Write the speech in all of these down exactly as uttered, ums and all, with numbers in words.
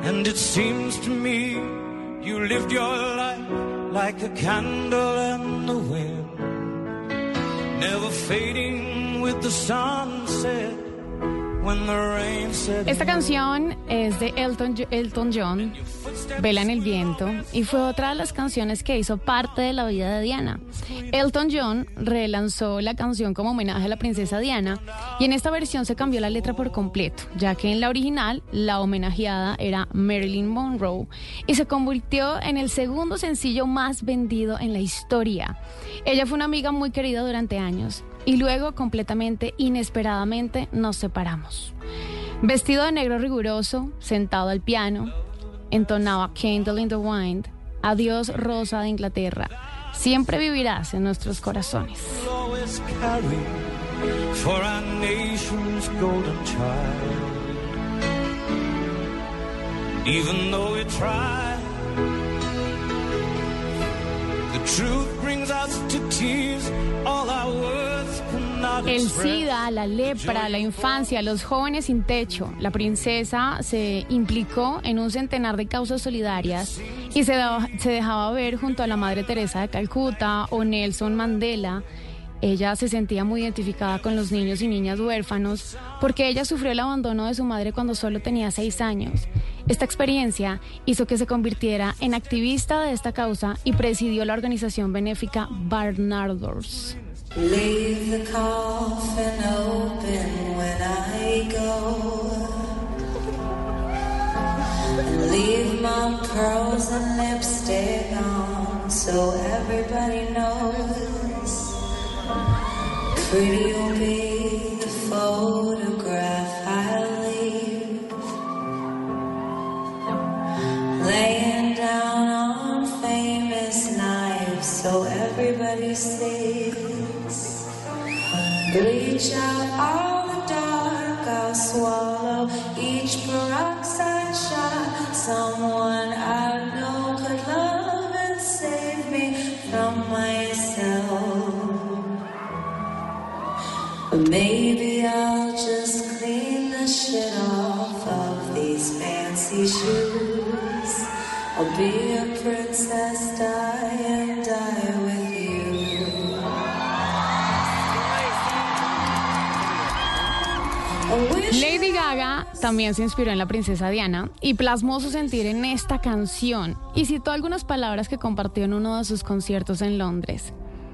And it seems to me you lived your life like a candle in the wind, never fading with the sunset. Esta canción es de Elton, Elton John, Vela en el viento, y fue otra de las canciones que hizo parte de la vida de Diana. Elton John relanzó la canción como homenaje a la princesa Diana, y en esta versión se cambió la letra por completo, ya que en la original la homenajeada era Marilyn Monroe, y se convirtió en el segundo sencillo más vendido en la historia. Ella fue una amiga muy querida durante años, y luego, completamente inesperadamente, nos separamos. Vestido de negro riguroso, sentado al piano, entonaba Candle in the Wind, Adiós Rosa de Inglaterra, siempre vivirás en nuestros corazones. For our nation's golden child, even though we try, the truth brings us to tears, all our words cannot El express. SIDA, la lepra, la infancia, los jóvenes sin techo. La princesa se implicó en un centenar de causas solidarias y se, daba, se dejaba ver junto a la Madre Teresa de Calcuta o Nelson Mandela. Ella se sentía muy identificada con los niños y niñas huérfanos porque ella sufrió el abandono de su madre cuando solo tenía seis años. Esta experiencia hizo que se convirtiera en activista de esta causa y presidió la organización benéfica Barnardos. Leave the coffin open when I go. Leave my pearls and lipstick on so everybody knows. Pretty will be the photograph I leave, laying down on famous knives so everybody sees. Bleach out all the dark, I'll swallow each peroxide shot. Someone I know could love and save me from myself. Maybe I'll just clean the shit off of these fancy shoes. I'll be a princess, die and die with you. Lady Gaga también se inspiró en la princesa Diana y plasmó su sentir en esta canción y citó algunas palabras que compartió en uno de sus conciertos en Londres.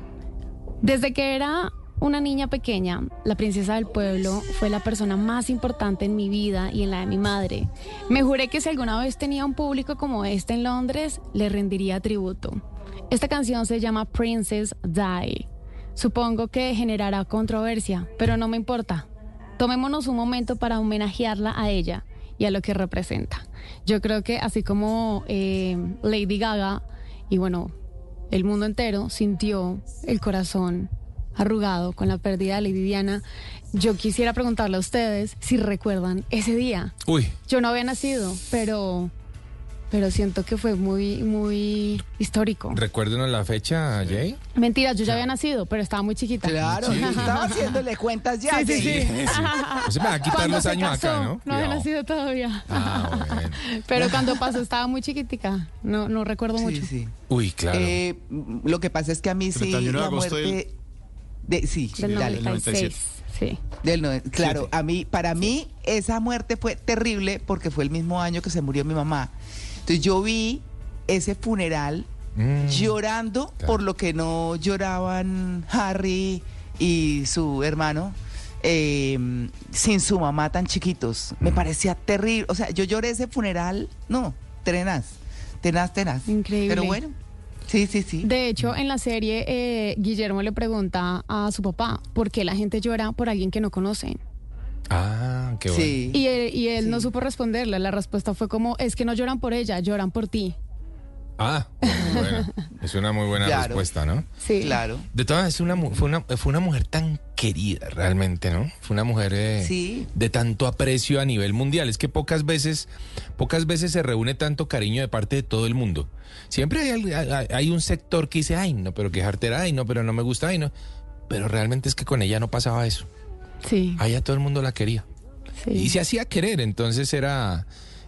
Desde que era una niña pequeña, la princesa del pueblo fue la persona más importante en mi vida y en la de mi madre. Me juré que si alguna vez tenía un público como este en Londres, le rendiría tributo. Esta canción se llama Princess Die. Supongo que generará controversia, pero no me importa. Tomémonos un momento para homenajearla a ella y a lo que representa. Yo creo que así como eh, Lady Gaga y bueno, el mundo entero sintió el corazón arrugado con la pérdida de Lady Diana, yo quisiera preguntarle a ustedes si recuerdan ese día. Uy. Yo no había nacido, pero pero siento que fue muy muy histórico. ¿Recuérdenos la fecha, Jay? Mentira, yo ya había nacido, pero estaba muy chiquita. Claro, Sí. estaba haciéndole cuentas ya. Sí, sí, sí. Sí. No se me va a quitar Cuando los se años casó, acá, ¿no? No había Cuidado. nacido todavía. Ah, bueno. Pero cuando pasó estaba muy chiquitica. No, no recuerdo Sí, mucho. sí. Uy, claro. Eh, lo que pasa es que a mí sí treinta y uno de la agosto muerte de sí, Del dale. noventa y seis. Sí. Del no- claro, a mí para mí esa muerte fue terrible porque fue el mismo año que se murió mi mamá. Entonces yo vi ese funeral Mm, llorando claro. por lo que no lloraban Harry y su hermano eh, sin su mamá tan chiquitos. Me parecía terrible. O sea, yo lloré ese funeral, no, tenaz, tenaz, tenaz. Increíble. Pero bueno, sí, sí, sí. De hecho, en la serie, eh, Guillermo le pregunta a su papá por qué la gente llora por alguien que no conocen. Ah, qué bueno. Sí. Y él, y él Sí. no supo responderle. La respuesta fue como, es que no lloran por ella, lloran por ti. Ah, muy bueno. Es una muy buena Claro. respuesta, ¿no? Sí. Claro. De todas maneras, una, mu- fue, una, fue una mujer tan querida realmente, ¿no? Fue una mujer eh, Sí. de tanto aprecio a nivel mundial. Es que pocas veces, pocas veces se reúne tanto cariño de parte de todo el mundo. Siempre hay, al- hay, hay un sector que dice, ay, no, pero qué jartera, ay, no, pero no me gusta, ay, no. Pero realmente es que con ella no pasaba eso. Sí. A ella todo el mundo la quería. sí. Y se hacía querer, entonces era,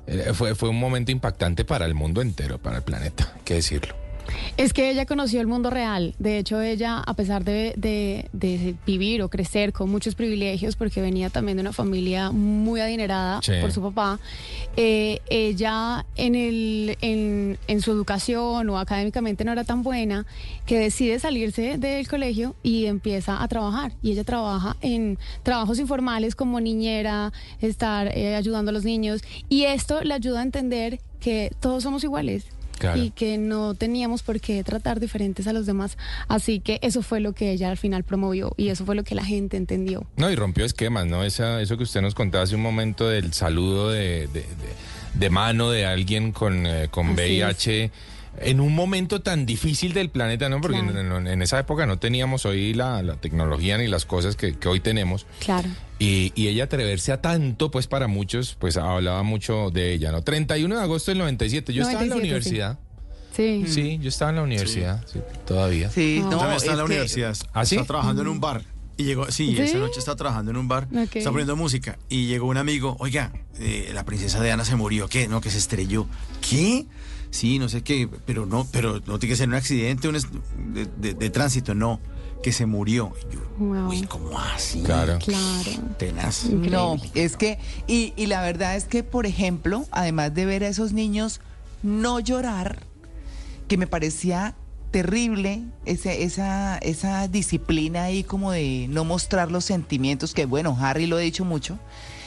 eh, fue, fue un momento impactante para el mundo entero, para el planeta, hay que decirlo. Es que ella conoció el mundo real. De hecho, ella, a pesar de, de, de vivir o crecer con muchos privilegios, porque venía también de una familia muy adinerada Sí. por su papá, eh, ella en, el, en, en su educación o académicamente no era tan buena, que decide salirse del colegio y empieza a trabajar. Y ella trabaja en trabajos informales como niñera, estar eh, ayudando a los niños. Y esto le ayuda a entender que todos somos iguales. Claro. Y que no teníamos por qué tratar diferentes a los demás. Así que eso fue lo que ella al final promovió y eso fue lo que la gente entendió. No, y rompió esquemas, ¿no? Esa, eso que usted nos contaba hace un momento del saludo de, de, de, de mano de alguien con, eh, con Así V I H. En un momento tan difícil del planeta, ¿no? Porque Claro. en, en esa época no teníamos hoy la, la tecnología ni las cosas que, que hoy tenemos. Claro. Y, y ella atreverse a tanto, pues para muchos, pues hablaba mucho de ella, ¿no? treinta y uno de agosto del noventa y siete. Yo estaba en la noventa y siete, universidad. Sí. Sí, yo estaba en la universidad, sí, todavía. Sí, No. no, También está en es la que- universidad. ¿Ah, sí? Está trabajando en un bar. Y llegó, sí, ¿Sí? esa noche está trabajando en un bar. Ok. Está poniendo música. Y llegó un amigo, oiga, eh, la princesa Diana se murió. ¿Qué? No, que se estrelló. ¿Qué? Sí, no sé qué, pero no, pero no tiene que ser un accidente un es- de, de- de tránsito, no, que se murió. Y yo, Wow. uy, ¿cómo así? Claro. Claro. Tenaz. No, es que, y, y la verdad es que, por ejemplo, además de ver a esos niños no llorar, que me parecía terrible ese, esa, esa disciplina ahí como de no mostrar los sentimientos, que bueno, Harry lo ha dicho mucho.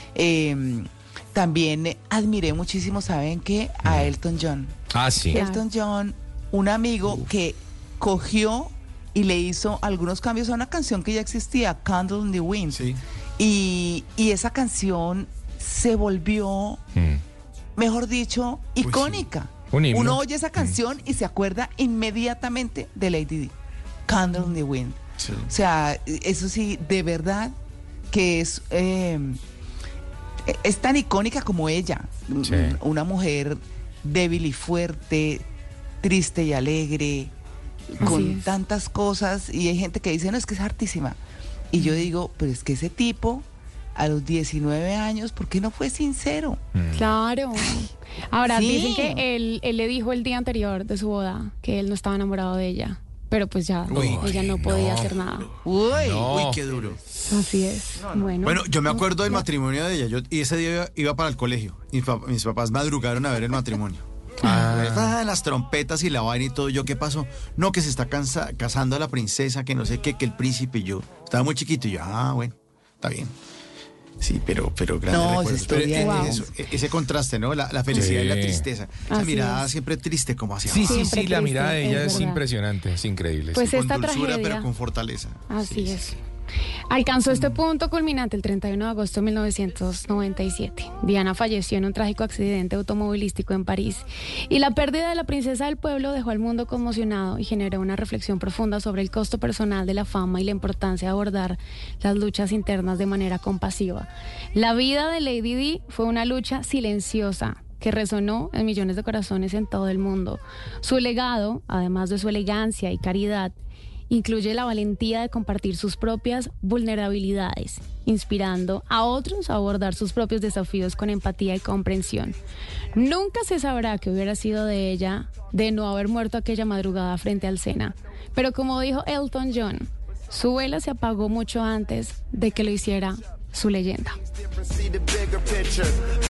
eh, también admiré muchísimo, ¿saben qué? A Elton John. Ah, sí. Claro. Elton John, un amigo que cogió y le hizo algunos cambios a una canción que ya existía, Candle in the Wind. Sí. Y, y esa canción se volvió, Mm. mejor dicho, sí. icónica. Un himno. Uno oye esa canción y se acuerda inmediatamente de Lady Di, Candle in the Wind. Sí. O sea, eso sí, de verdad que es, eh, es tan icónica como ella. Sí. Una mujer débil y fuerte, triste y alegre, con es. tantas cosas. Y hay gente que dice, no, es que es hartísima. Y yo digo, pero es que ese tipo, a los diecinueve años, ¿por qué no fue sincero? Mm. Claro. Ahora, Sí. dicen que él, él le dijo el día anterior de su boda que él no estaba enamorado de ella. Pero pues ya, Uy, ella no podía no. hacer nada. Uy, No. Uy, qué duro. Así es. Bueno, Bueno, yo me acuerdo del no. matrimonio de ella. Yo, y ese día iba, iba para el colegio. Mis, pap- mis papás madrugaron a ver el matrimonio. Ah, las trompetas y la vaina y todo. Yo, ¿qué pasó? No, que se está cansa- casando a la princesa, que no sé qué, que el príncipe y yo. Estaba muy chiquito y yo, ah, bueno, está bien. Sí, pero, pero grandes No, esa recuerdos. Pero, historia eh, Wow. eso, eh, ese contraste, ¿no? La, la felicidad y la Sí. tristeza. Esa Así mirada es. siempre triste, como hacia Sí, abajo. sí, Siempre sí, la triste, mirada de ella es es, verdad. impresionante, es increíble. Pues sí. esta con dulzura, tragedia. pero con fortaleza. Así Sí, sí, es. sí. Alcanzó este punto culminante el treinta y uno de agosto de mil novecientos noventa y siete. Diana falleció en un trágico accidente automovilístico en París. Y la pérdida de la princesa del pueblo dejó al mundo conmocionado y generó una reflexión profunda sobre el costo personal de la fama y la importancia de abordar las luchas internas de manera compasiva. La vida de Lady Di fue una lucha silenciosa que resonó en millones de corazones en todo el mundo. Su legado, además de su elegancia y caridad, incluye la valentía de compartir sus propias vulnerabilidades, inspirando a otros a abordar sus propios desafíos con empatía y comprensión. Nunca se sabrá qué hubiera sido de ella de no haber muerto aquella madrugada frente al Sena. Pero como dijo Elton John, su vela se apagó mucho antes de que lo hiciera su leyenda.